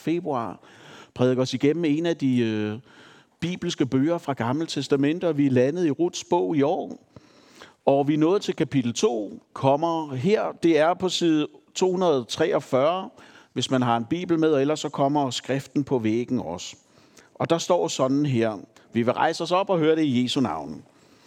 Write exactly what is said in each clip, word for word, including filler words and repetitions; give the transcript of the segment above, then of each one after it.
februar prædiker os igennem en af de øh, bibelske bøger fra Gamle Testamente, og vi er landet i Ruths bog i år. Og vi er nået til kapitel to, kommer her. Det er på side to hundrede og treogfyrre, hvis man har en bibel med, og ellers så kommer skriften på væggen også. Og der står sådan her. Vi vil rejse os op og høre det i Jesu navn.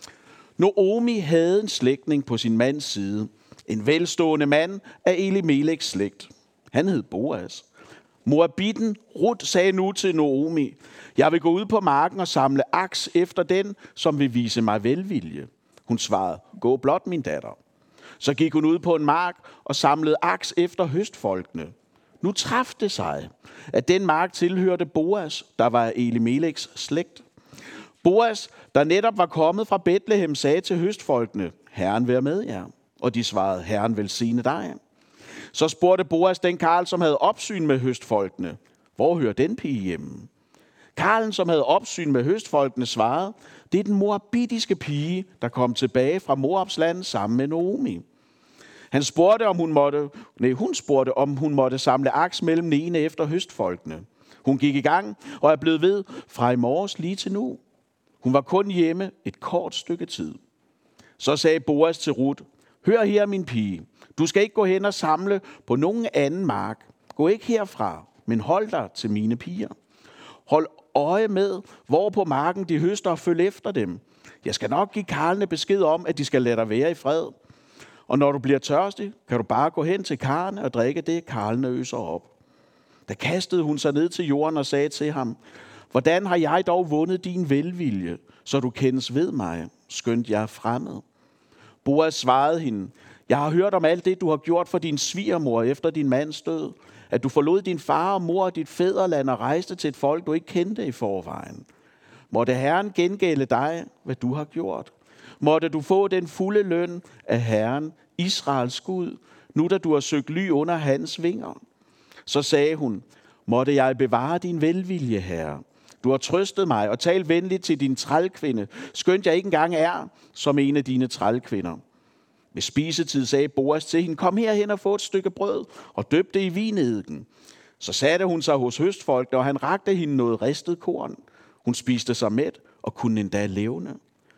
Naomi havde en slægtning på sin mands side. En velstående mand af Elimeleks slægt. Han hed Boas. Moabitten Ruth sagde nu til Naomi, jeg vil gå ud på marken og samle aks efter den, som vil vise mig velvilje. Hun svarede, gå blot, min datter. Så gik hun ud på en mark og samlede aks efter høstfolkene. Nu traf det sig, at den mark tilhørte Boas, der var Elimeleks slægt. Boas, der netop var kommet fra Betlehem, sagde til høstfolkene, Herren vær med jer. Og de svarede, Herren velsigne dig. Så spurgte Boas den karl, som havde opsyn med høstfolkene, hvor hører den pige hjemme? Karlen, som havde opsyn med høstfolkene, svarede, det er den moabitiske pige, der kom tilbage fra Moabs land sammen med Naomi. Han spurgte, om hun måtte, nej, hun spurgte, om hun måtte samle aks mellem nene efter høstfolkene. Hun gik i gang og er blevet ved fra i morges lige til nu. Hun var kun hjemme et kort stykke tid. Så sagde Boas til Ruth, hør her, min pige. Du skal ikke gå hen og samle på nogen anden mark. Gå ikke herfra, men hold dig til mine piger. Hold øje med, hvor på marken de høster og følg efter dem. Jeg skal nok give karlene besked om, at de skal lade dig være i fred. Og når du bliver tørstig, kan du bare gå hen til karlene og drikke det, karlene øser op. Da kastede hun sig ned til jorden og sagde til ham, hvordan har jeg dog vundet din velvilje, så du kendes ved mig, skønt jeg er fremmed? Boas svarede hende, jeg har hørt om alt det, du har gjort for din svigermor efter din mands død, at du forlod din far og mor og dit fædreland og rejste til et folk, du ikke kendte i forvejen. Måtte Herren gengælde dig, hvad du har gjort. Måtte du få den fulde løn af Herren, Israels Gud, nu da du har søgt ly under hans vinger. Så sagde hun, måtte jeg bevare din velvilje, Herre. Du har trøstet mig og talt venligt til din trælkvinde, skønt jeg ikke engang er som en af dine trælkvinder. Ved spisetid sagde Boas til hende, kom herhen og få et stykke brød og døb det i vineddiken. Så satte hun sig hos høstfolkene, og han rakte hende noget ristet korn. Hun spiste sig mæt og kunne endda levne.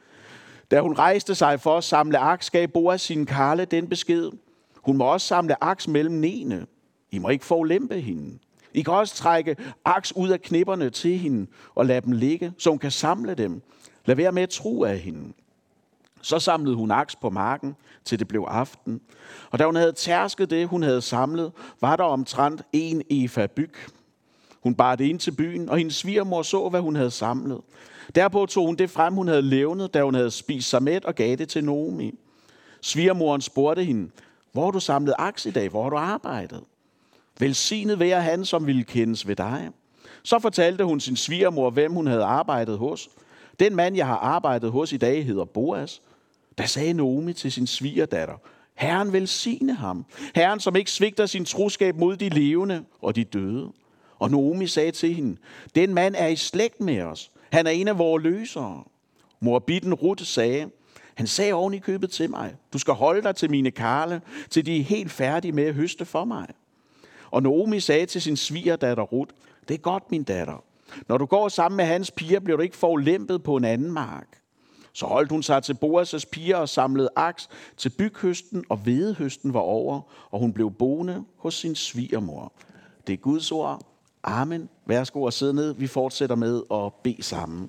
Da hun rejste sig for at samle aks, gav Boas sin karle den besked. Hun må også samle aks mellem nene. I må ikke forulempe hende. I kan også trække aks ud af knipperne til hende og lade dem ligge, så hun kan samle dem. Lad være med at tro af hende. Så samlede hun aks på marken, til det blev aften. Og da hun havde tærsket det, hun havde samlet, var der omtrent en efa byg. Hun bar det ind til byen, og hendes svigermor så, hvad hun havde samlet. Derpå tog hun det frem, hun havde levnet, da hun havde spist sig mæt, og gav det til Naomi. Svigermoren spurgte hende, hvor har du samlet aks i dag? Hvor har du arbejdet? Velsignet være han, som ville kendes ved dig. Så fortalte hun sin svigermor, hvem hun havde arbejdet hos. Den mand, jeg har arbejdet hos i dag, hedder Boas. Da sagde Naomi til sin svigerdatter, Herren velsigne ham. Herren, som ikke svigter sin troskab mod de levende og de døde. Og Naomi sagde til hende, den mand er i slægt med os. Han er en af vores løsere. Moabitten Ruth sagde, han sagde oven i købet til mig, du skal holde dig til mine karle, til de er helt færdige med at høste for mig. Og Naomi sagde til sin svigerdatter Ruth, det er godt, min datter. Når du går sammen med hans piger, bliver du ikke forulempet på en anden mark. Så holdt hun sig til Boas' piger og samlede aks til byghøsten, og hvedehøsten var over, og hun blev boende hos sin svigermor. Det er Guds ord. Amen. Værsgo at sidde ned. Vi fortsætter med at bede sammen.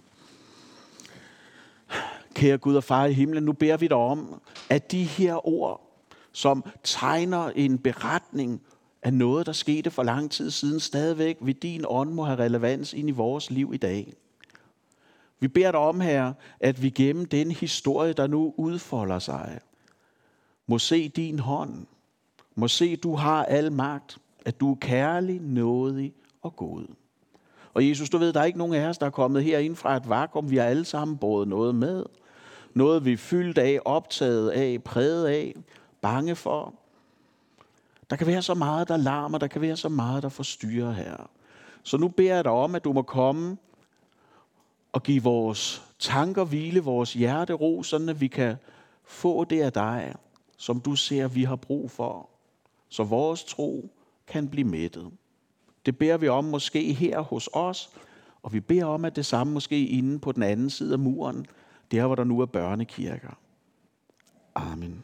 Kære Gud og Far i himlen, nu beder vi dig om, at de her ord, som tegner en beretning af noget, der skete for lang tid siden, stadigvæk ved din ånd må have relevans ind i vores liv i dag. Vi beder dig om, Herre, at vi gennem den historie, der nu udfolder sig, må se din hånd, må se, du har al magt, at du er kærlig, nådig og god. Og Jesus, du ved, der er ikke nogen af os, der er kommet herind fra et vakuum. Vi har alle sammen båret noget med. Noget vi er fyldt af, optaget af, præget af, bange for. Der kan være så meget, der larmer, der kan være så meget, der forstyrrer her. Så nu beder jeg dig om, at du må komme og give vores tanker hvile, vores hjerte ro, sådan at vi kan få det af dig, som du ser, vi har brug for. Så vores tro kan blive mættet. Det beder vi om måske her hos os, og vi beder om, at det samme måske inde på den anden side af muren, der hvor der nu er børnekirker. Amen.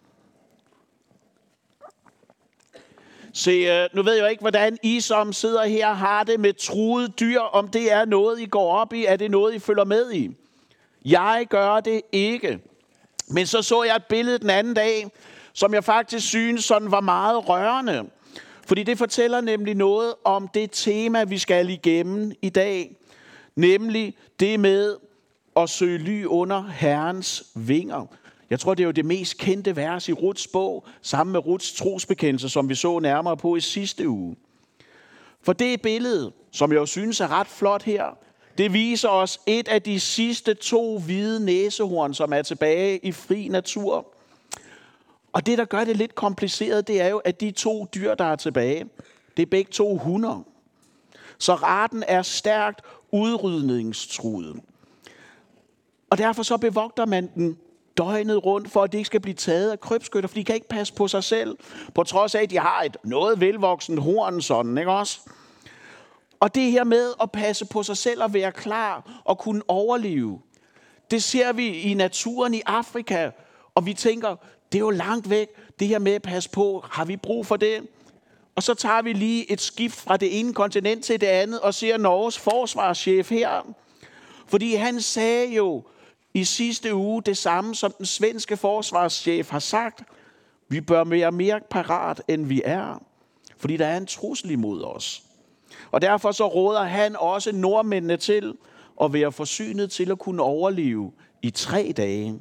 Se, nu ved jeg jo ikke, hvordan I som sidder her har det med truede dyr, om det er noget, I går op i, er det noget, I følger med i. Jeg gør det ikke. Men så så jeg et billede den anden dag, som jeg faktisk synes sådan var meget rørende. Fordi det fortæller nemlig noget om det tema, vi skal igennem i dag. Nemlig det med at søge ly under Herrens vinger. Jeg tror, det er jo det mest kendte vers i Ruths bog, sammen med Ruths trosbekendelse, som vi så nærmere på i sidste uge. For det billede, som jeg jo synes er ret flot her, det viser os et af de sidste to hvide næsehorn, som er tilbage i fri natur. Og det, der gør det lidt kompliceret, det er jo, at de to dyr, der er tilbage, det er begge to hunder. Så raten er stærkt udrydningstruet. Og derfor så bevogter man den døgnet rundt, for at det ikke skal blive taget af krybskytter, for de kan ikke passe på sig selv, på trods af, at de har et noget velvoksen horn sådan, ikke også? Og det her med at passe på sig selv og være klar og kunne overleve, det ser vi i naturen i Afrika, og vi tænker, det er jo langt væk, det her med at passe på, har vi brug for det? Og så tager vi lige et skift fra det ene kontinent til det andet, og ser Norges forsvarschef her. Fordi han sagde jo i sidste uge det samme, som den svenske forsvarschef har sagt. Vi bør være mere parat, end vi er, fordi der er en trussel imod os. Og derfor så råder han også nordmændene til at være forsynet til at kunne overleve i tre dage.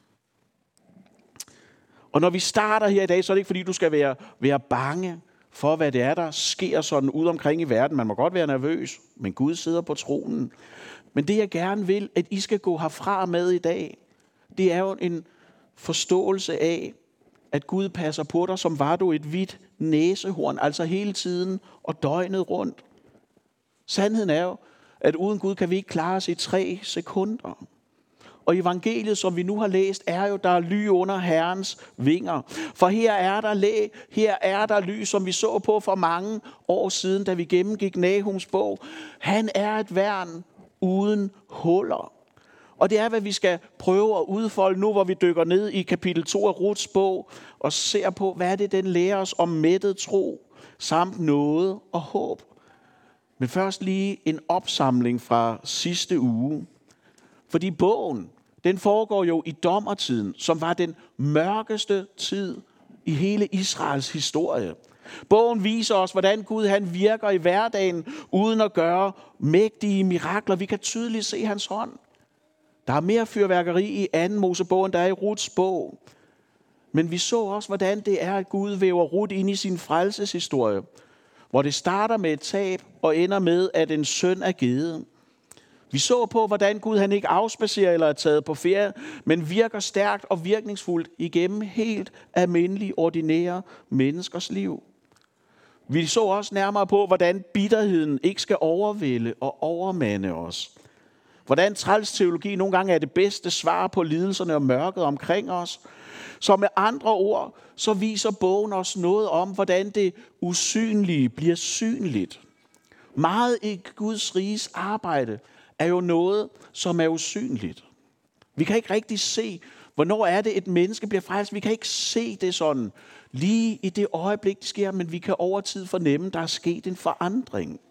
Og når vi starter her i dag, så er det ikke fordi, du skal være, være bange for, hvad det er, der sker sådan ude omkring i verden. Man må godt være nervøs, men Gud sidder på tronen. Men det jeg gerne vil, at I skal gå herfra med i dag, det er jo en forståelse af, at Gud passer på dig, som var du et hvidt næsehorn, altså hele tiden og døgnet rundt. Sandheden er jo, at uden Gud kan vi ikke klare os i tre sekunder. Og evangeliet, som vi nu har læst, er jo, der er ly under Herrens vinger. For her er der læ, her er der ly, som vi så på for mange år siden, da vi gennemgik Nahums bog. Han er et værn uden huller. Og det er, hvad vi skal prøve at udfolde nu, hvor vi dykker ned i kapitel to af Ruths bog, og ser på, hvad det den lærer os om mættet tro, samt nåde og håb. Men først lige en opsamling fra sidste uge. Fordi bogen, den foregår jo i dommertiden, som var den mørkeste tid i hele Israels historie. Bogen viser os, hvordan Gud han virker i hverdagen, uden at gøre mægtige mirakler. Vi kan tydeligt se hans hånd. Der er mere fyrværkeri i anden Mosebog, end der er i Ruths bog. Men vi så også, hvordan det er, at Gud væver Ruth ind i sin frelseshistorie, hvor det starter med et tab og ender med, at en søn er givet. Vi så på, hvordan Gud han ikke afspacerer eller er taget på ferie, men virker stærkt og virkningsfuldt igennem helt almindelige, ordinære menneskers liv. Vi så også nærmere på, hvordan bitterheden ikke skal overvælde og overmande os. Hvordan træls teologi nogle gange er det bedste svar på lidelserne og mørket omkring os. Så med andre ord, så viser bogen os noget om, hvordan det usynlige bliver synligt. Meget i Guds riges arbejde er jo noget, som er usynligt. Vi kan ikke rigtig se, hvornår er det, et menneske bliver frelst. Vi kan ikke se det sådan lige i det øjeblik, det sker, men vi kan over tid fornemme, at der er sket en forandring.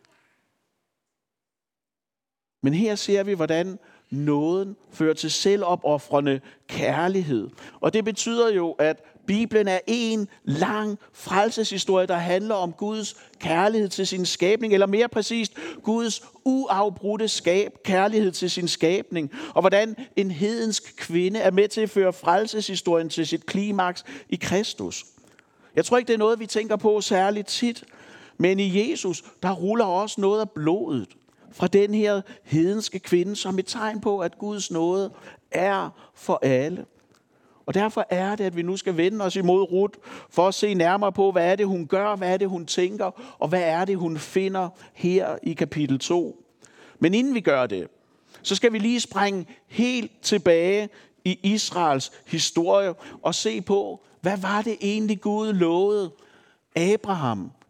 Men her ser vi, hvordan nåden fører til selvopofrende kærlighed. Og det betyder jo, at Bibelen er en lang frelseshistorie, der handler om Guds kærlighed til sin skabning, eller mere præcist, Guds uafbrudte skab, kærlighed til sin skabning, og hvordan en hedensk kvinde er med til at føre frelseshistorien til sit klimaks i Kristus. Jeg tror ikke, det er noget, vi tænker på særligt tit, men i Jesus, der ruller også noget af blodet fra den her hedenske kvinde, som et tegn på, at Guds nåde er for alle. Og derfor er det, at vi nu skal vende os imod Ruth, for at se nærmere på, hvad er det, hun gør, hvad er det, hun tænker, og hvad er det, hun finder her i kapitel to. Men inden vi gør det, så skal vi lige springe helt tilbage i Israels historie og se på, hvad var det egentlig, Gud lovede Abraham,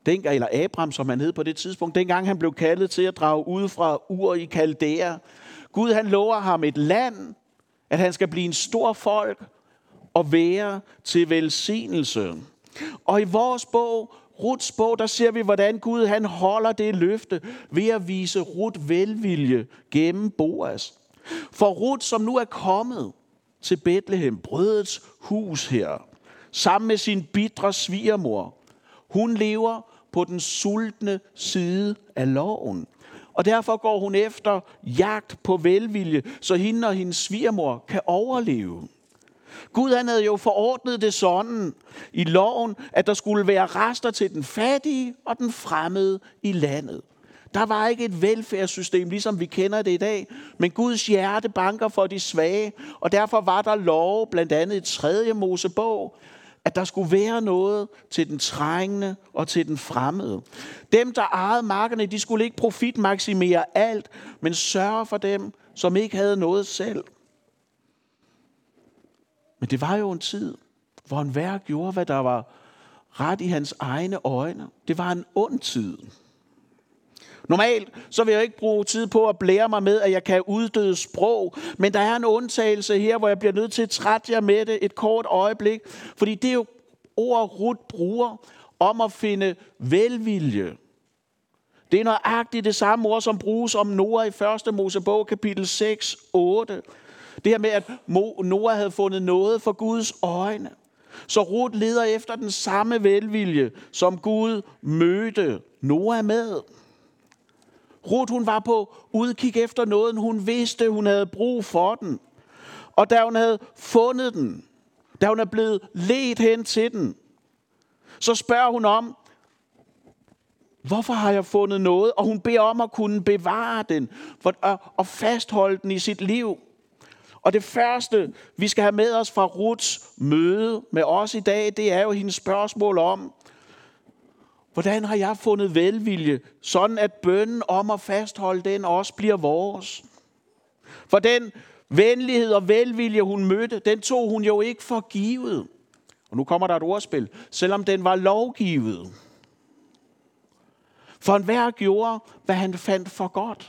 dengang, eller Abraham, som han hed på det tidspunkt, dengang han blev kaldet til at drage ud fra Ur i Kaldæa. Gud, han lover ham et land, at han skal blive en stor folk og være til velsignelse. Og i vores bog, Ruths bog, der ser vi, hvordan Gud han holder det løfte ved at vise Ruth velvilje gennem Boas. For Ruth, som nu er kommet til Bethlehem, brødets hus her, sammen med sin bitre svigermor, hun lever på den sultne side af loven. Og derfor går hun efter jagt på velvilje, så hende og hendes svigermor kan overleve. Gud han havde jo forordnet det sådan i loven, at der skulle være rester til den fattige og den fremmede i landet. Der var ikke et velfærdssystem, ligesom vi kender det i dag, men Guds hjerte banker for de svage, og derfor var der lov, blandt andet i tredje Mosebog, at der skulle være noget til den trængende og til den fremmede. Dem, der ejede markerne, de skulle ikke profitmaksimere alt, men sørge for dem, som ikke havde noget selv. Men det var jo en tid, hvor enhver gjorde, hvad der var ret i hans egne øjne. Det var en ond tid. Normalt så vil jeg ikke bruge tid på at blære mig med, at jeg kan uddøde sprog. Men der er en undtagelse her, hvor jeg bliver nødt til at trætte jer med det et kort øjeblik. Fordi det er jo ord, Ruth bruger om at finde velvilje. Det er nøjagtigt det samme ord, som bruges om Noah i første Mosebog, kapitel seks otte. Det her med, at Noah havde fundet noget for Guds øjne. Så Ruth leder efter den samme velvilje, som Gud mødte Noah med. Ruth, hun var på udkig efter noget, hun vidste, hun havde brug for den. Og da hun havde fundet den, da hun er blevet ledt hen til den, så spørger hun om, hvorfor har jeg fundet noget? Og hun beder om at kunne bevare den og fastholde den i sit liv. Og det første, vi skal have med os fra Ruths møde med os i dag, det er jo hendes spørgsmål om, hvordan har jeg fundet velvilje, sådan at bønnen om at fastholde den også bliver vores? For den venlighed og velvilje, hun mødte, den tog hun jo ikke for givet. Og nu kommer der et ordspil, selvom den var lovgivet. For enhver gjorde, hvad han fandt for godt.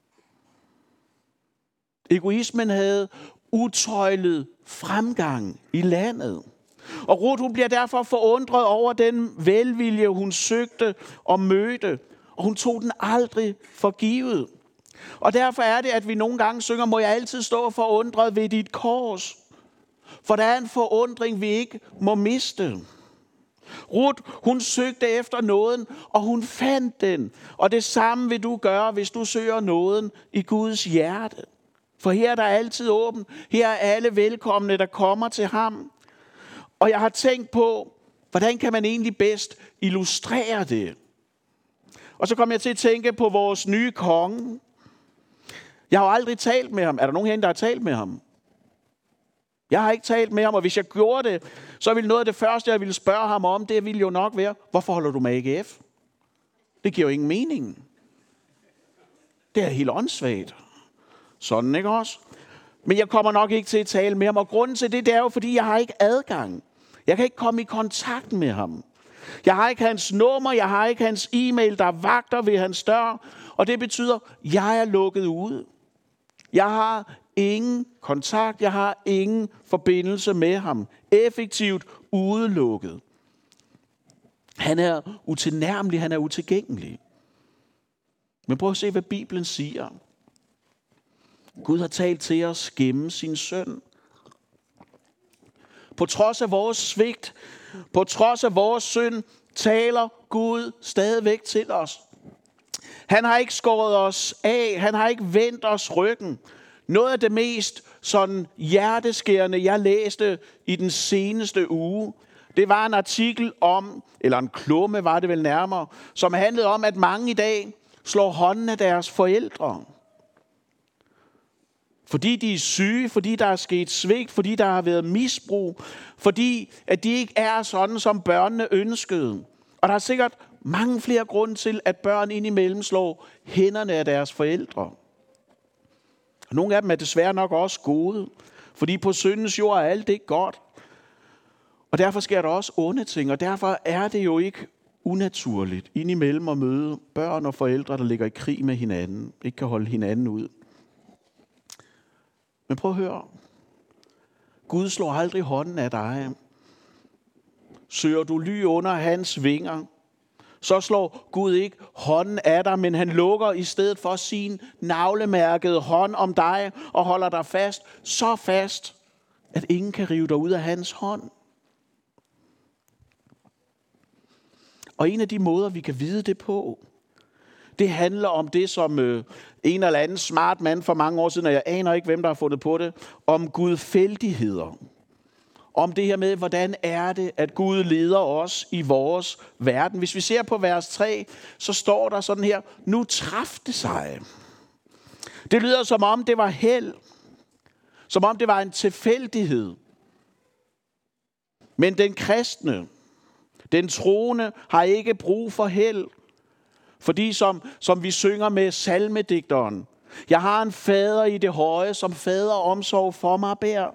Egoismen havde utøjlet fremgang i landet. Og Ruth, hun bliver derfor forundret over den velvilje, hun søgte og mødte. Og hun tog den aldrig for givet. Og derfor er det, at vi nogle gange synger, må jeg altid stå forundret ved dit kors. For der er en forundring, vi ikke må miste. Ruth, hun søgte efter nåden, og hun fandt den. Og det samme vil du gøre, hvis du søger nåden i Guds hjerte. For her er der altid åben. Her er alle velkomne, der kommer til ham. Og jeg har tænkt på, hvordan kan man egentlig bedst illustrere det? Og så kom jeg til at tænke på vores nye konge. Jeg har jo aldrig talt med ham. Er der nogen herinde, der har talt med ham? Jeg har ikke talt med ham, og hvis jeg gjorde det, så ville noget af det første, jeg ville spørge ham om, det ville jo nok være, hvorfor holder du med A G F? Det giver jo ingen mening. Det er helt åndssvagt. Sådan, ikke også? Men jeg kommer nok ikke til at tale med ham, og grunden til det, det er jo, fordi jeg har ikke adgang. Jeg kan ikke komme i kontakt med ham. Jeg har ikke hans nummer, jeg har ikke hans e-mail, der vagter ved hans dør, og det betyder, at jeg er lukket ude. Jeg har ingen kontakt, jeg har ingen forbindelse med ham. Effektivt udelukket. Han er utilnærmelig, han er utilgængelig. Men prøv at se, hvad Bibelen siger. Gud har talt til os gennem sin søn. På trods af vores svigt, på trods af vores synd, taler Gud stadigvæk til os. Han har ikke skåret os af, han har ikke vendt os ryggen. Noget af det mest sådan hjerteskærende, jeg læste i den seneste uge, det var en artikel om, eller en klumme var det vel nærmere, som handlede om, at mange i dag slår hånden af deres forældre. Fordi de er syge, fordi der er sket svigt, fordi der har været misbrug, fordi at de ikke er sådan, som børnene ønskede. Og der er sikkert mange flere grunde til, at børn indimellem slår hænderne af deres forældre. Og nogle af dem er desværre nok også gode, fordi på syndens jord er alt ikke godt. Og derfor sker der også onde ting, og derfor er det jo ikke unaturligt indimellem at møde børn og forældre, der ligger i krig med hinanden, ikke kan holde hinanden ud. Men prøv at høre. Gud slår aldrig hånden af dig. Søger du ly under hans vinger, så slår Gud ikke hånden af dig, men han lukker i stedet for sin navlemærkede hånd om dig og holder dig fast, så fast, at ingen kan rive dig ud af hans hånd. Og en af de måder, vi kan vide det på, det handler om det, som øh, en eller anden smart mand for mange år siden, og jeg aner ikke, hvem der har fundet på det, om gudfældigheder. Om det her med, hvordan er det, at Gud leder os i vores verden. Hvis vi ser på vers tre, så står der sådan her, nu traf det sig. Det lyder som om det var held. Som om det var en tilfældighed. Men den kristne, den troende, har ikke brug for held. Fordi som, som vi synger med salmedigteren, jeg har en fader i det høje, som fader omsorg for mig bærer.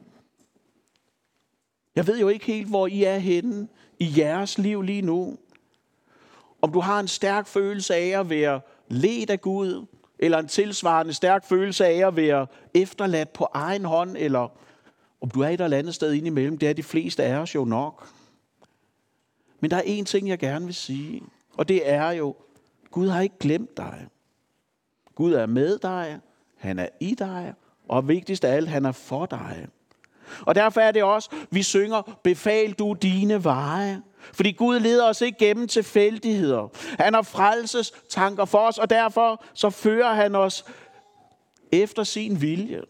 Jeg ved jo ikke helt, hvor I er henne i jeres liv lige nu. Om du har en stærk følelse af at være ledt af Gud, eller en tilsvarende stærk følelse af at være efterladt på egen hånd, eller om du er et eller andet sted indimellem, det er de fleste af os jo nok. Men der er en ting, jeg gerne vil sige, og det er jo, Gud har ikke glemt dig. Gud er med dig, han er i dig, og vigtigst af alt, han er for dig. Og derfor er det også, vi synger, befal du dine veje. Fordi Gud leder os ikke gennem tilfældigheder. Han har frelses tanker for os, og derfor så fører han os efter sin vilje.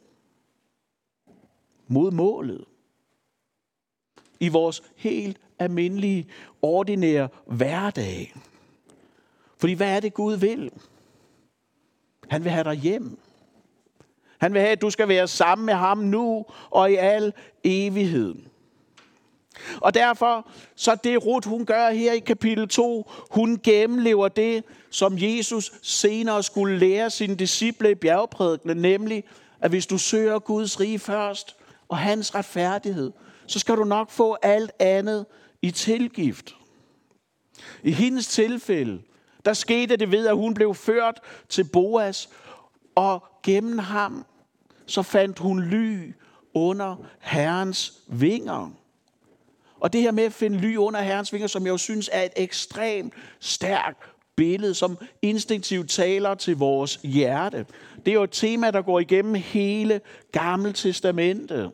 Mod målet. I vores helt almindelige, ordinære hverdag. Fordi hvad er det Gud vil? Han vil have dig hjem. Han vil have, at du skal være sammen med ham nu og i al evighed. Og derfor, så det Ruth, hun gør her i kapitel to, hun gennemlever det, som Jesus senere skulle lære sine disciple i bjergprædikenen, nemlig, at hvis du søger Guds rige først og hans retfærdighed, så skal du nok få alt andet i tilgift. I hendes tilfælde, der skete det ved, at hun blev ført til Boas, og gennem ham, så fandt hun ly under Herrens vinger. Og det her med at finde ly under Herrens vinger, som jeg jo synes er et ekstremt stærkt billede, som instinktivt taler til vores hjerte. Det er jo et tema, der går igennem hele Gamle Testamente.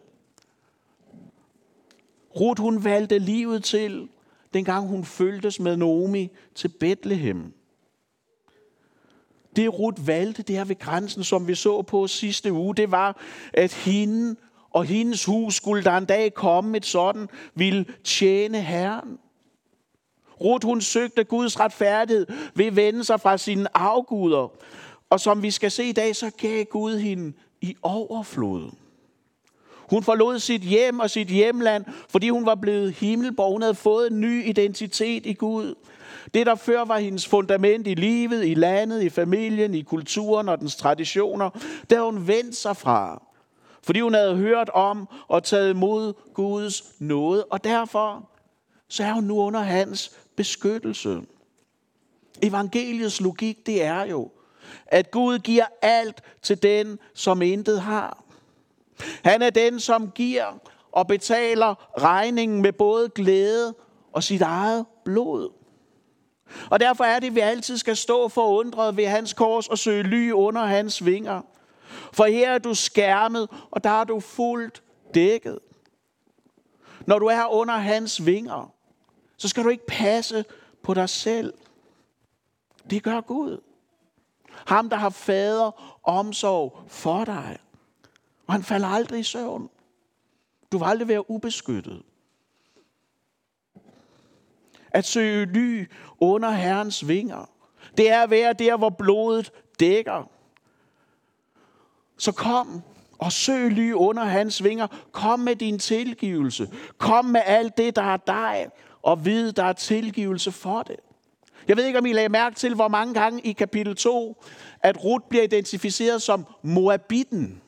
Ruth, hun valgte livet til, dengang hun føltes med Naomi til Bethlehem. Det Ruth valgte der ved grænsen, som vi så på sidste uge, det var, at hende og hendes hus skulle der en dag komme et sådan, ville tjene Herren. Ruth, hun søgte Guds retfærdighed ved at vende sig fra sine afguder. Og som vi skal se i dag, så gav Gud hende i overflod. Hun forlod sit hjem og sit hjemland, fordi hun var blevet himmelborg. Hun havde fået en ny identitet i Gud. Det, der før var hendes fundament i livet, i landet, i familien, i kulturen og dens traditioner, der hun vendt sig fra. Fordi hun havde hørt om og taget imod Guds nåde. Og derfor så er hun nu under hans beskyttelse. Evangeliets logik, det er jo, at Gud giver alt til den, som intet har. Han er den, som giver og betaler regningen med både glæde og sit eget blod. Og derfor er det, at vi altid skal stå forundret ved hans kors og søge ly under hans vinger. For her er du skærmet, og der er du fuldt dækket. Når du er under hans vinger, så skal du ikke passe på dig selv. Det gør Gud. Ham, der har fader omsorg for dig. Og han falder aldrig i søvn. Du vil aldrig være ubeskyttet. At søge ly under Herrens vinger, det er at være der, hvor blodet dækker. Så kom og søg ly under hans vinger. Kom med din tilgivelse. Kom med alt det, der er dig, og vid, der er tilgivelse for det. Jeg ved ikke, om I lagde mærke til, hvor mange gange i kapitel to, at Ruth bliver identificeret som Moabitten.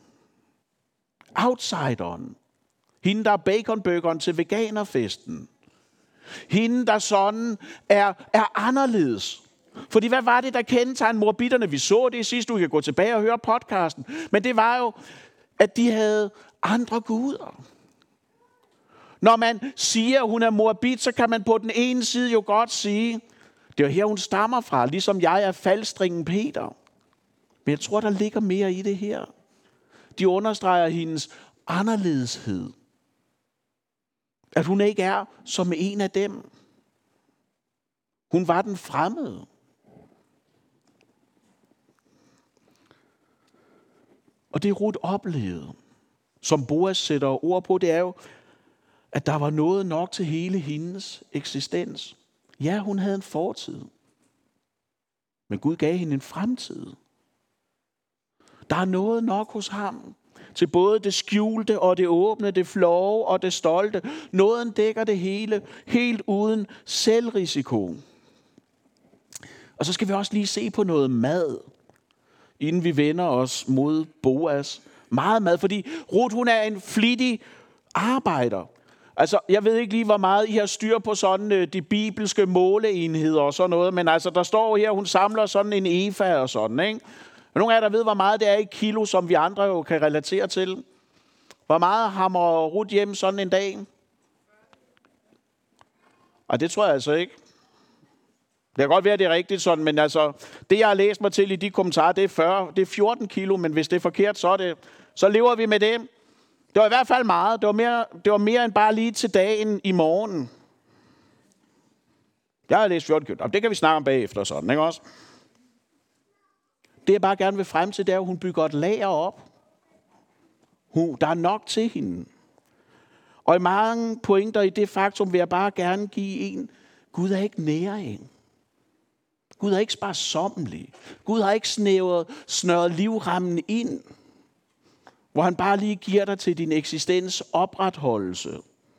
Outsideren. Hende, der er baconburgeren til veganerfesten. Hende, der sådan er, er anderledes. Fordi hvad var det, der kendetegnede moabitterne? Vi så det sidst, du kan gå tilbage og høre podcasten. Men det var jo, at de havde andre guder. Når man siger, at hun er moabit, så kan man på den ene side jo godt sige, det er her, hun stammer fra, ligesom jeg er faldstringen Peter. Men jeg tror, der ligger mere i det her. De understreger hendes anderledeshed. At hun ikke er som en af dem. Hun var den fremmede. Og det Ruth oplevede, som Boaz sætter ord på, det er jo, at der var noget nok til hele hendes eksistens. Ja, hun havde en fortid. Men Gud gav hende en fremtid. Der er noget nok hos ham til både det skjulte og det åbne, det flove og det stolte. Nåden dækker det hele, helt uden selvrisiko. Og så skal vi også lige se på noget mad, inden vi vender os mod Boaz. Meget mad, fordi Ruth, hun er en flittig arbejder. Altså, jeg ved ikke lige, hvor meget I har styr på sådan de bibelske måleenheder og sådan noget, men altså, der står her, hun samler sådan en efa og sådan, ikke? Og nogle af jer, der ved, hvor meget det er i kilo, som vi andre jo kan relatere til. Hvor meget hamrer Ruth hjem sådan en dag? Og det tror jeg altså ikke. Det kan godt være, det er rigtigt sådan, men altså, det jeg har læst mig til i de kommentarer, det er fyrre, det er fjorten kilo, men hvis det er forkert, så, er det, så lever vi med det. Det var i hvert fald meget. Det var mere, det var mere end bare lige til dagen i morgen. Jeg har læst fjorten kilo. Det kan vi snakke om bagefter sådan, ikke også? Det jeg bare gerne vil frem til, det er, at hun bygger et lager op. Hun, der er nok til hende. Og i mange pointer i det faktum, vil jeg bare gerne give en. Gud er ikke næring. Gud er ikke sparsommelig. Gud har ikke snævret, snøret livrammen ind, hvor han bare lige giver dig til din eksistens opretholdelse.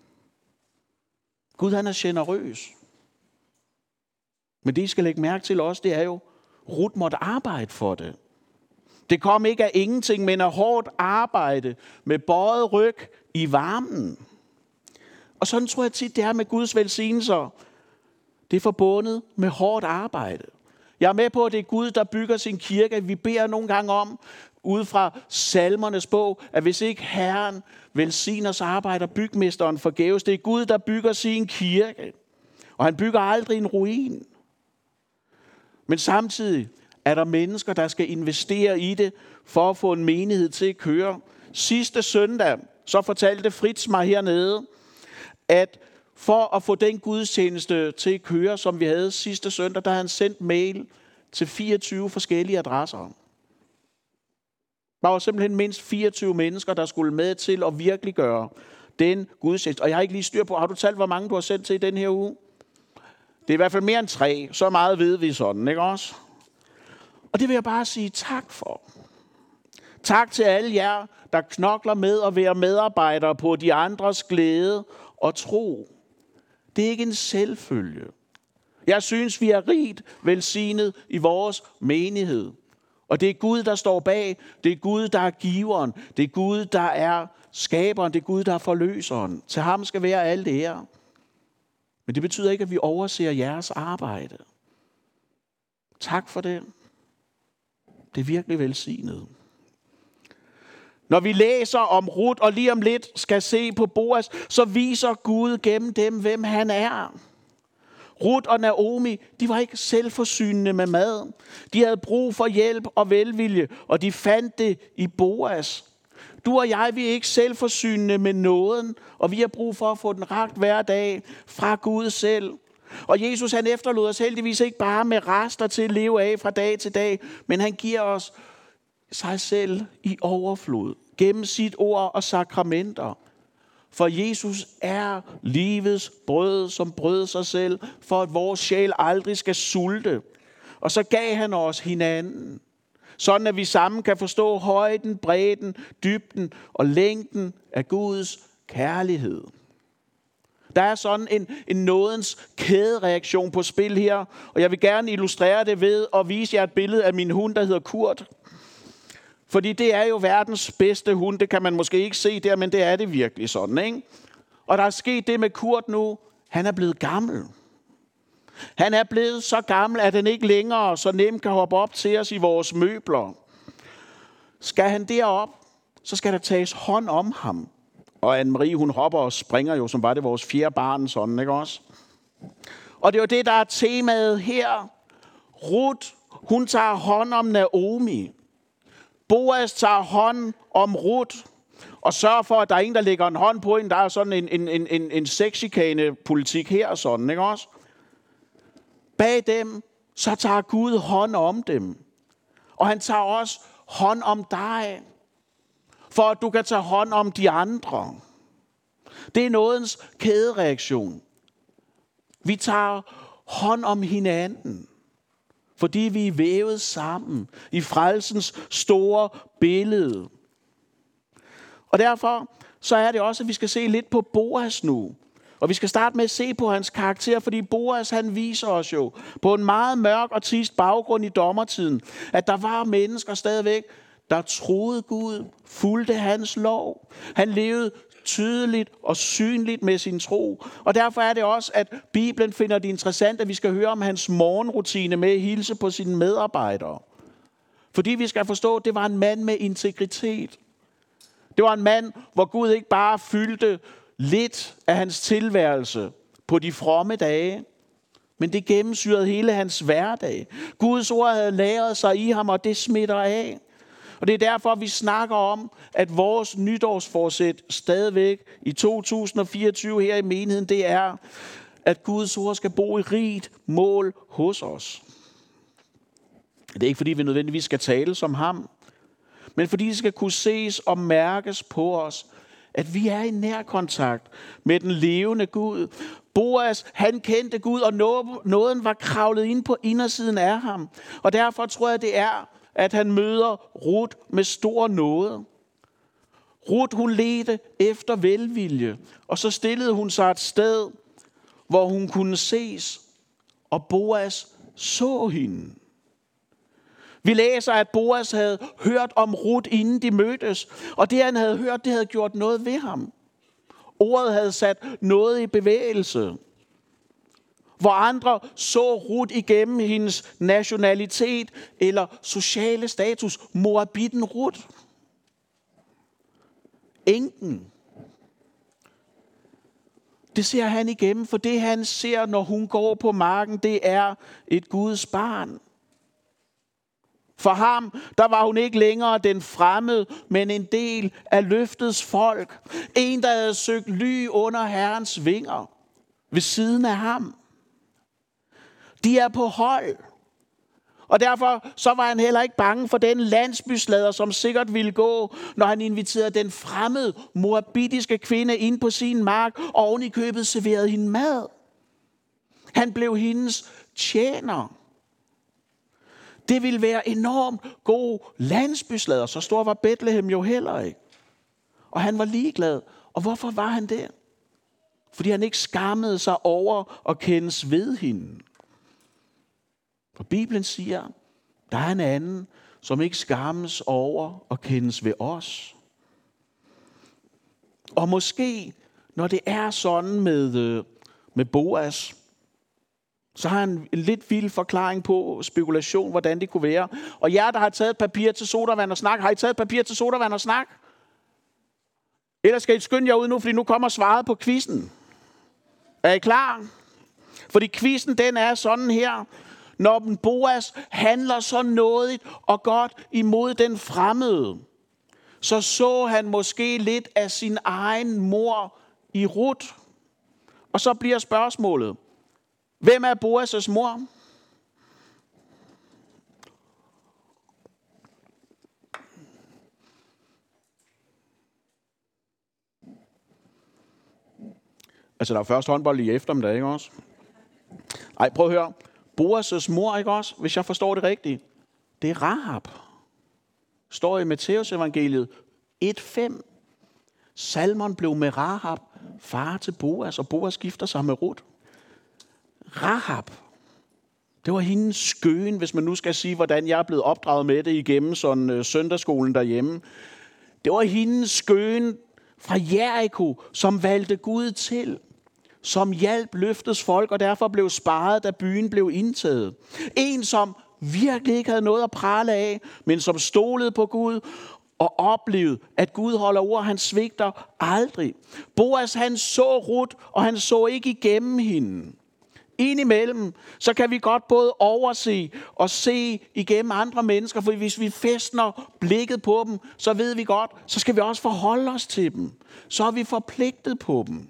Gud, han er generøs. Men det, I skal lægge mærke til også, det er jo, Ruth måtte arbejde for det. Det kom ikke af ingenting, men af hårdt arbejde med bøjet ryg i varmen. Og sådan tror jeg tit, det er med Guds velsignelser. Det er forbundet med hårdt arbejde. Jeg er med på, at det er Gud, der bygger sin kirke. Vi beder nogle gange om, ud fra salmernes bog, at hvis ikke Herren velsigner, så arbejder bygmesteren forgæves. Det er Gud, der bygger sin kirke. Og han bygger aldrig en ruin. Men samtidig er der mennesker, der skal investere i det, for at få en menighed til at køre. Sidste søndag, så fortalte Fritz mig hernede, at for at få den gudstjeneste til at køre, som vi havde sidste søndag, der havde han sendt mail til fireogtyve forskellige adresser. Der var simpelthen mindst fireogtyve mennesker, der skulle med til at virkelig gøre den gudstjeneste. Og jeg har ikke lige styr på, har du talt, hvor mange du har sendt til i den her uge? Det er i hvert fald mere end tre. Så meget ved vi sådan, ikke også? Og det vil jeg bare sige tak for. Tak til alle jer, der knokler med at være medarbejdere på de andres glæde og tro. Det er ikke en selvfølge. Jeg synes, vi er rigt velsignet i vores menighed. Og det er Gud, der står bag. Det er Gud, der er giveren. Det er Gud, der er skaberen. Det er Gud, der er forløseren. Til ham skal være alt det her. Men det betyder ikke, at vi overser jeres arbejde. Tak for det. Det er virkelig velsignet. Når vi læser om Ruth, og lige om lidt skal se på Boaz, så viser Gud gennem dem, hvem han er. Ruth og Naomi, de var ikke selvforsynende med mad. De havde brug for hjælp og velvilje, og de fandt det i Boaz. Du og jeg, vi er ikke selvforsynende med nåden, og vi har brug for at få den rakt hver dag fra Gud selv. Og Jesus, han efterlod os heldigvis ikke bare med rester til at leve af fra dag til dag, men han giver os sig selv i overflod, gennem sit ord og sakramenter. For Jesus er livets brød, som brød sig selv, for at vores sjæl aldrig skal sulte. Og så gav han os hinanden, sådan at vi sammen kan forstå højden, bredden, dybden og længden af Guds kærlighed. Der er sådan en, en nådens kædereaktion på spil her, og jeg vil gerne illustrere det ved at vise jer et billede af min hund, der hedder Kurt. Fordi det er jo verdens bedste hund, det kan man måske ikke se der, men det er det virkelig sådan, ikke? Og der er sket det med Kurt nu, han er blevet gammel. Han er blevet så gammel, at han ikke længere så nemt kan hoppe op til os i vores møbler. Skal han derop, så skal der tages hånd om ham. Og Anne-Marie, hun hopper og springer jo, som var det vores fjerde barn, sådan, ikke også? Og det er jo det, der er temaet her. Ruth, hun tager hånd om Naomi. Boas tager hånd om Ruth. Og sørger for, at der er en, der lægger en hånd på hende. Der er sådan en, en, en, en, en sexchikane-politik her, sådan, ikke også? Bag dem, så tager Gud hånd om dem. Og han tager også hånd om dig, for at du kan tage hånd om de andre. Det er nådens kædereaktion. Vi tager hånd om hinanden, fordi vi er vævet sammen i frelsens store billede. Og derfor så er det også, at vi skal se lidt på Boas nu. Og vi skal starte med at se på hans karakter, fordi Boas, han viser os jo på en meget mørk og trist baggrund i dommertiden, at der var mennesker stadigvæk, der troede Gud, fulgte hans lov. Han levede tydeligt og synligt med sin tro. Og derfor er det også, at Bibelen finder det interessant, at vi skal høre om hans morgenrutine med at hilse på sine medarbejdere. Fordi vi skal forstå, at det var en mand med integritet. Det var en mand, hvor Gud ikke bare fyldte lidt af hans tilværelse på de fromme dage, men det gennemsyrede hele hans hverdag. Guds ord havde lagret sig i ham, og det smitter af. Og det er derfor, vi snakker om, at vores nytårsforsæt stadigvæk i to tusind fireogtyve her i menigheden, det er, at Guds ord skal bo i rigt mål hos os. Det er ikke, fordi vi nødvendigvis skal tale som ham, men fordi det skal kunne ses og mærkes på os, at vi er i nær kontakt med den levende Gud. Boas, han kendte Gud, og nåden var kravlet ind på indersiden af ham. Og derfor tror jeg, det er, at han møder Ruth med stor nåde. Ruth, hun ledte efter velvilje, og så stillede hun sig et sted, hvor hun kunne ses, og Boas så hende. Vi læser, at Boas havde hørt om Ruth, inden de mødtes, og det, han havde hørt, det havde gjort noget ved ham. Ordet havde sat noget i bevægelse. Hvor andre så Ruth igennem hendes nationalitet eller sociale status, moabitten Ruth. Enken. Det ser han igennem, for det han ser, når hun går på marken, det er et Guds barn. For ham, der var hun ikke længere den fremmede, men en del af løftets folk. En, der havde søgt ly under Herrens vinger ved siden af ham. De er på hold. Og derfor så var han heller ikke bange for den landsbyslader, som sikkert ville gå, når han inviterede den fremmede moabitiske kvinde ind på sin mark, og oven i købet serverede hende mad. Han blev hendes tjener. Det ville være enormt god landsbyslader. Så stor var Bethlehem jo heller ikke. Og han var ligeglad. Og hvorfor var han det? Fordi han ikke skammede sig over at kendes ved hende. For Bibelen siger, der er en anden, som ikke skammes over at kendes ved os. Og måske, når det er sådan med, med Boas, så har han en lidt vild forklaring på spekulation, hvordan det kunne være. Og jer, der har taget papir til sodavand og snak, har I taget papir til sodavand og snak? Ellers skal I skynde jer ud nu, fordi nu kommer svaret på quizzen. Er I klar? Fordi quizzen, den er sådan her. Når Boas handler så nådigt og godt imod den fremmede, så så han måske lidt af sin egen mor i Ruth. Og så bliver spørgsmålet, hvem er Boas' mor? Altså, der er først håndbold i eftermiddag, ikke også? Ej, prøv at høre. Boas' mor, ikke også? Hvis jeg forstår det rigtigt. Det er Rahab. Står i Matteus evangeliet et fem. Salmon blev med Rahab far til Boas, og Boas gifter sig med Ruth. Rahab. Det var hendes skøen, hvis man nu skal sige, hvordan jeg er blevet opdraget med det igennem sådan øh, søndagsskolen derhjemme. Det var hendes skøen fra Jericho, som valgte Gud til. som hjalp løftes folk, og derfor blev sparet, da byen blev indtaget. En, som virkelig ikke havde noget at prale af, men som stolede på Gud og oplevede, at Gud holder ord, han svigter aldrig. Boas, han så Ruth, og han så ikke igennem hende. Indimellem, så kan vi godt både overse og se igennem andre mennesker, for hvis vi fæstner blikket på dem, så ved vi godt, så skal vi også forholde os til dem. Så er vi forpligtet på dem.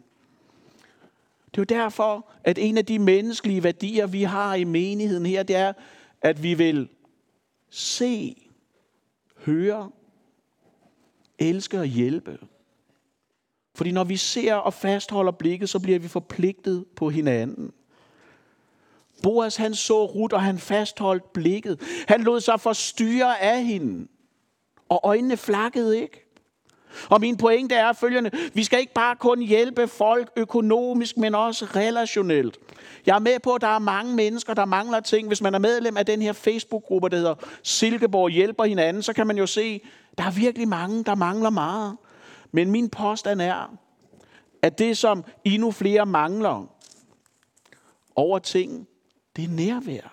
Det er jo derfor, at en af de menneskelige værdier, vi har i menigheden her, det er, at vi vil se, høre, elske og hjælpe. Fordi når vi ser og fastholder blikket, så bliver vi forpligtet på hinanden. Boas, han så Ruth, og han fastholdt blikket. Han lod sig forstyrre af hende, og øjnene flakkede ikke. Og min pointe er følgende: vi skal ikke bare kun hjælpe folk økonomisk, men også relationelt. Jeg er med på, at der er mange mennesker, der mangler ting. Hvis man er medlem af den her Facebook-gruppe, der hedder Silkeborg hjælper hinanden, så kan man jo se, at der er virkelig mange, der mangler meget. Men min påstand er, at det, som endnu flere mangler over ting, det er nærvær.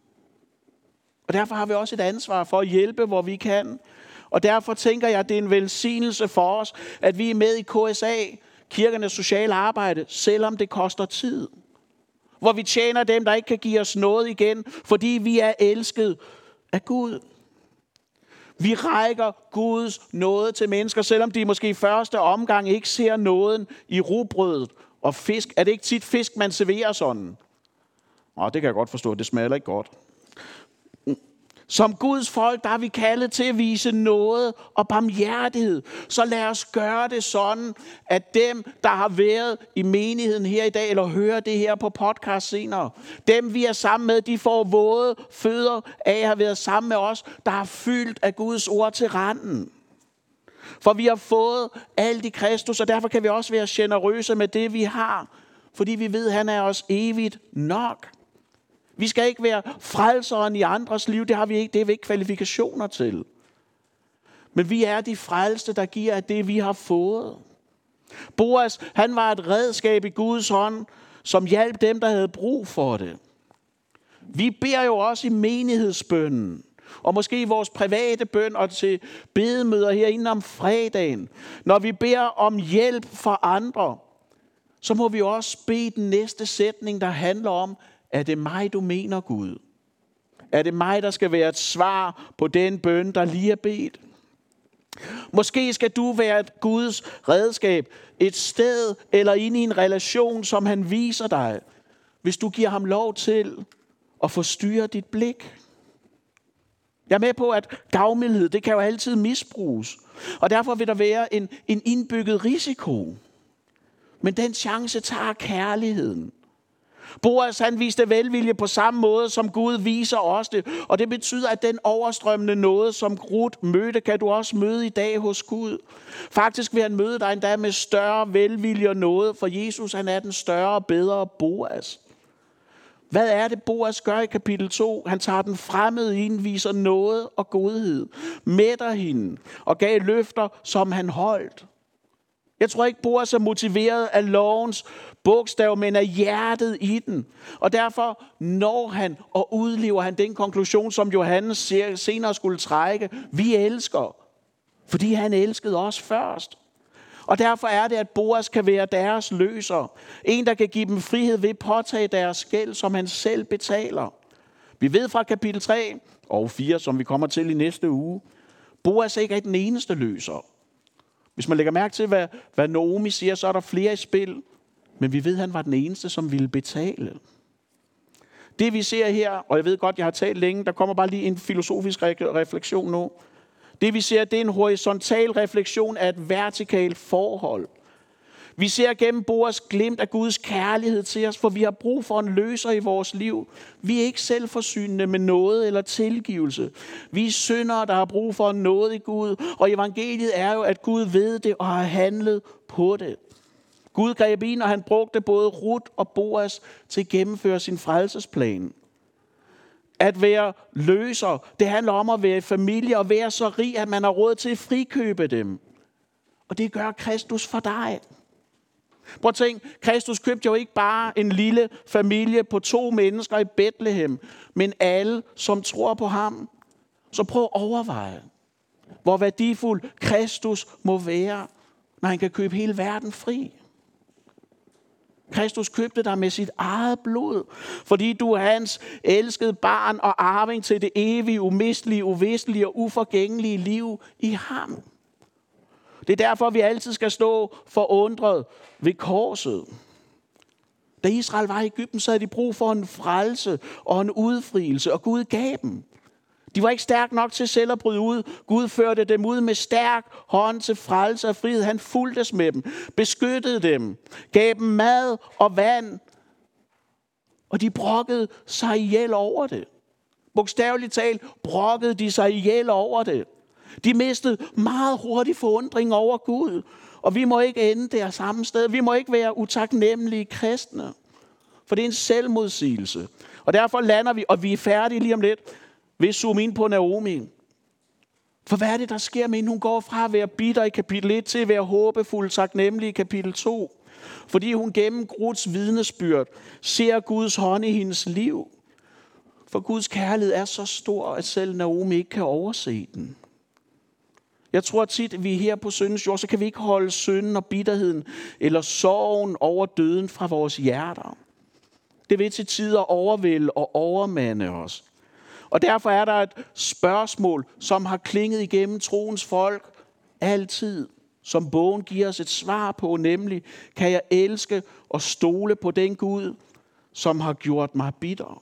Og derfor har vi også et ansvar for at hjælpe, hvor vi kan. Og derfor tænker jeg, at det er en velsignelse for os, at vi er med i K S A, Kirkernes Sociale Arbejde, selvom det koster tid. Hvor vi tjener dem, der ikke kan give os noget igen, fordi vi er elsket af Gud. Vi rækker Guds nåde til mennesker, selvom de måske i første omgang ikke ser nåden i rugbrødet og fisk. Er det ikke tit fisk, man serverer sådan? Nå, det kan jeg godt forstå, det smager ikke godt. Som Guds folk, der er vi kaldet til at vise noget og barmhjertighed. Så lad os gøre det sådan, at dem, der har været i menigheden her i dag, eller hører det her på podcast senere, dem vi er sammen med, de får våde fødder af at have været sammen med os, der er fyldt af Guds ord til randen. For vi har fået alt i Kristus, og derfor kan vi også være generøse med det, vi har. Fordi vi ved, at han er os evigt nok. Vi skal ikke være frelseren i andres liv. Det har vi ikke. Det er vi ikke kvalifikationer til. Men vi er de frelste, der giver af det, vi har fået. Boas, han var et redskab i Guds hånd, som hjalp dem, der havde brug for det. Vi beder jo også i menighedsbønnen, og måske i vores private bøn og til bedemøder herinde om fredagen. Når vi beder om hjælp for andre, så må vi også bede den næste sætning, der handler om, er det mig, du mener, Gud? Er det mig, der skal være et svar på den bøn, der lige er bedt? Måske skal du være et Guds redskab, et sted eller ind i en relation, som han viser dig, hvis du giver ham lov til at forstyrre dit blik. Jeg er med på, at gavmildhed, det kan jo altid misbruges, og derfor vil der være en, en indbygget risiko. Men den chance tager kærligheden. Boas, han viste velvilje på samme måde, som Gud viser os det. Og det betyder, at den overstrømmende nåde, som Ruth mødte, kan du også møde i dag hos Gud. Faktisk vil han møde dig endda med større velvilje og nåde, for Jesus, han er den større og bedre Boas. Hvad er det, Boas gør i kapitel to? Han tager den fremmede ind, viser nåde og godhed, mætter hende og gav løfter, som han holdt. Jeg tror ikke, Boas er motiveret af lovens bogstav, men af hjertet i den. Og derfor når han og udlever han den konklusion, som Johannes senere skulle trække. Vi elsker, fordi han elskede os først. Og derfor er det, at Boas kan være deres løser. En, der kan give dem frihed ved at påtage deres gæld, som han selv betaler. Vi ved fra kapitel tre og fire, som vi kommer til i næste uge, Boas ikke er den eneste løser. Hvis man lægger mærke til, hvad, hvad Naomi siger, så er der flere i spil. Men vi ved, at han var den eneste, som ville betale. Det vi ser her, og jeg ved godt, jeg har talt længe, der kommer bare lige en filosofisk refleksion nu. Det vi ser, det er en horisontal refleksion af et vertikalt forhold. Vi ser gennem Boas glimt af Guds kærlighed til os, for vi har brug for en løser i vores liv. Vi er ikke selvforsynende med noget eller tilgivelse. Vi er syndere, der har brug for noget i Gud, og evangeliet er jo, at Gud ved det og har handlet på det. Gud greb ind, og han brugte både Ruth og Boas til at gennemføre sin frelsesplan. At være løser, det handler om at være i familie og være så rig, at man har råd til at frikøbe dem. Og det gør Kristus for dig. Prøv at tænk, Kristus købte jo ikke bare en lille familie på to mennesker i Bethlehem, men alle, som tror på ham. Så prøv at overveje, hvor værdifuld Kristus må være, når han kan købe hele verden fri. Kristus købte dig med sit eget blod, fordi du er hans elskede barn og arving til det evige, umistelige, uviskelige og uforgængelige liv i ham. Det er derfor, vi altid skal stå forundret ved korset. Da Israel var i Egypten, så havde de brug for en frelse og en udfrielse, og Gud gav dem. De var ikke stærke nok til selv at bryde ud. Gud førte dem ud med stærk hånd til frelse og frihed. Han fulgtes med dem, beskyttede dem, gav dem mad og vand. Og de brokkede sig ihjel over det. Bogstaveligt talt brokkede de sig ihjel over det. De mistede meget hurtigt forundring over Gud. Og vi må ikke ende der samme sted. Vi må ikke være utaknemmelige kristne. For det er en selvmodsigelse. Og derfor lander vi, og vi er færdige lige om lidt, ved at zoome ind på Naomi. For hvad er det, der sker med hende? Hun går fra at være bitter i kapitel et til at være håbefuld, taknemmelig i kapitel to. Fordi hun gennem Guds vidnesbyrd ser Guds hånd i hendes liv. For Guds kærlighed er så stor, at selv Naomi ikke kan overse den. Jeg tror tit, at vi er her på syndens jord, så kan vi ikke holde synden og bitterheden eller sorgen over døden fra vores hjerter. Det vil til tider overvælde og overmande os. Og derfor er der et spørgsmål, som har klinget igennem troens folk altid, som bogen giver os et svar på, nemlig, kan jeg elske og stole på den Gud, som har gjort mig bitter?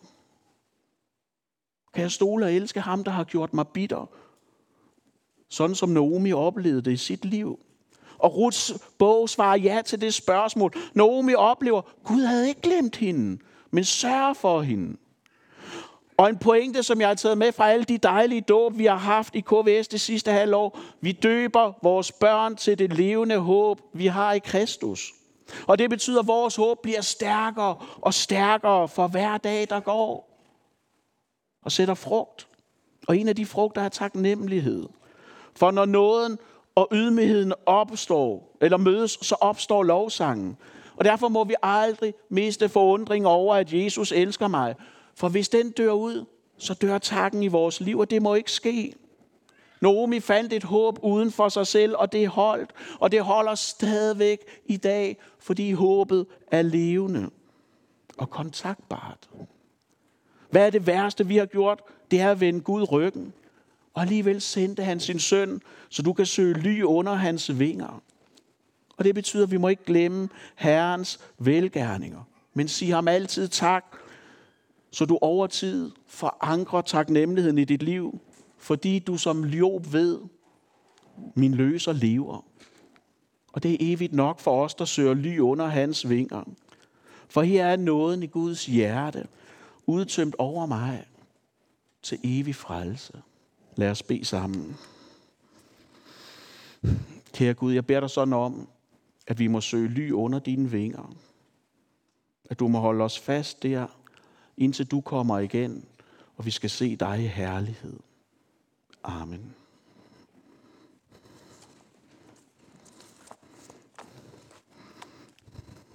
Kan jeg stole og elske ham, der har gjort mig bitter? Sådan som Naomi oplevede det i sit liv. Og Ruths bog svarer ja til det spørgsmål. Naomi oplever, at Gud havde ikke glemt hende, men sørger for hende. Og en pointe, som jeg har taget med fra alle de dejlige dåb, vi har haft i K V S det sidste halvår. Vi døber vores børn til det levende håb, vi har i Kristus. Og det betyder, at vores håb bliver stærkere og stærkere for hver dag, der går. Og sætter frugt. Og en af de frugter er taknemmelighed. For når nåden og ydmygheden opstår, eller mødes, så opstår lovsangen. Og derfor må vi aldrig miste forundring over, at Jesus elsker mig. For hvis den dør ud, så dør takken i vores liv, og det må ikke ske. Naomi fandt et håb uden for sig selv, og det holdt. Og det holder stadigvæk i dag, fordi håbet er levende og kontaktbart. Hvad er det værste, vi har gjort? Det er at vende Gud ryggen. Og alligevel sendte han sin søn, så du kan søge ly under hans vinger. Og det betyder, at vi må ikke glemme Herrens velgerninger, men sige ham altid tak, så du over tid forankrer taknemmeligheden i dit liv, fordi du som Job ved, min løser lever. Og det er evigt nok for os, der søger ly under hans vinger. For her er nåden i Guds hjerte, udtømt over mig til evig frelse. Lad os bede sammen. Kære Gud, jeg beder dig sådan om, at vi må søge ly under dine vinger. At du må holde os fast der, indtil du kommer igen, og vi skal se dig i herlighed. Amen.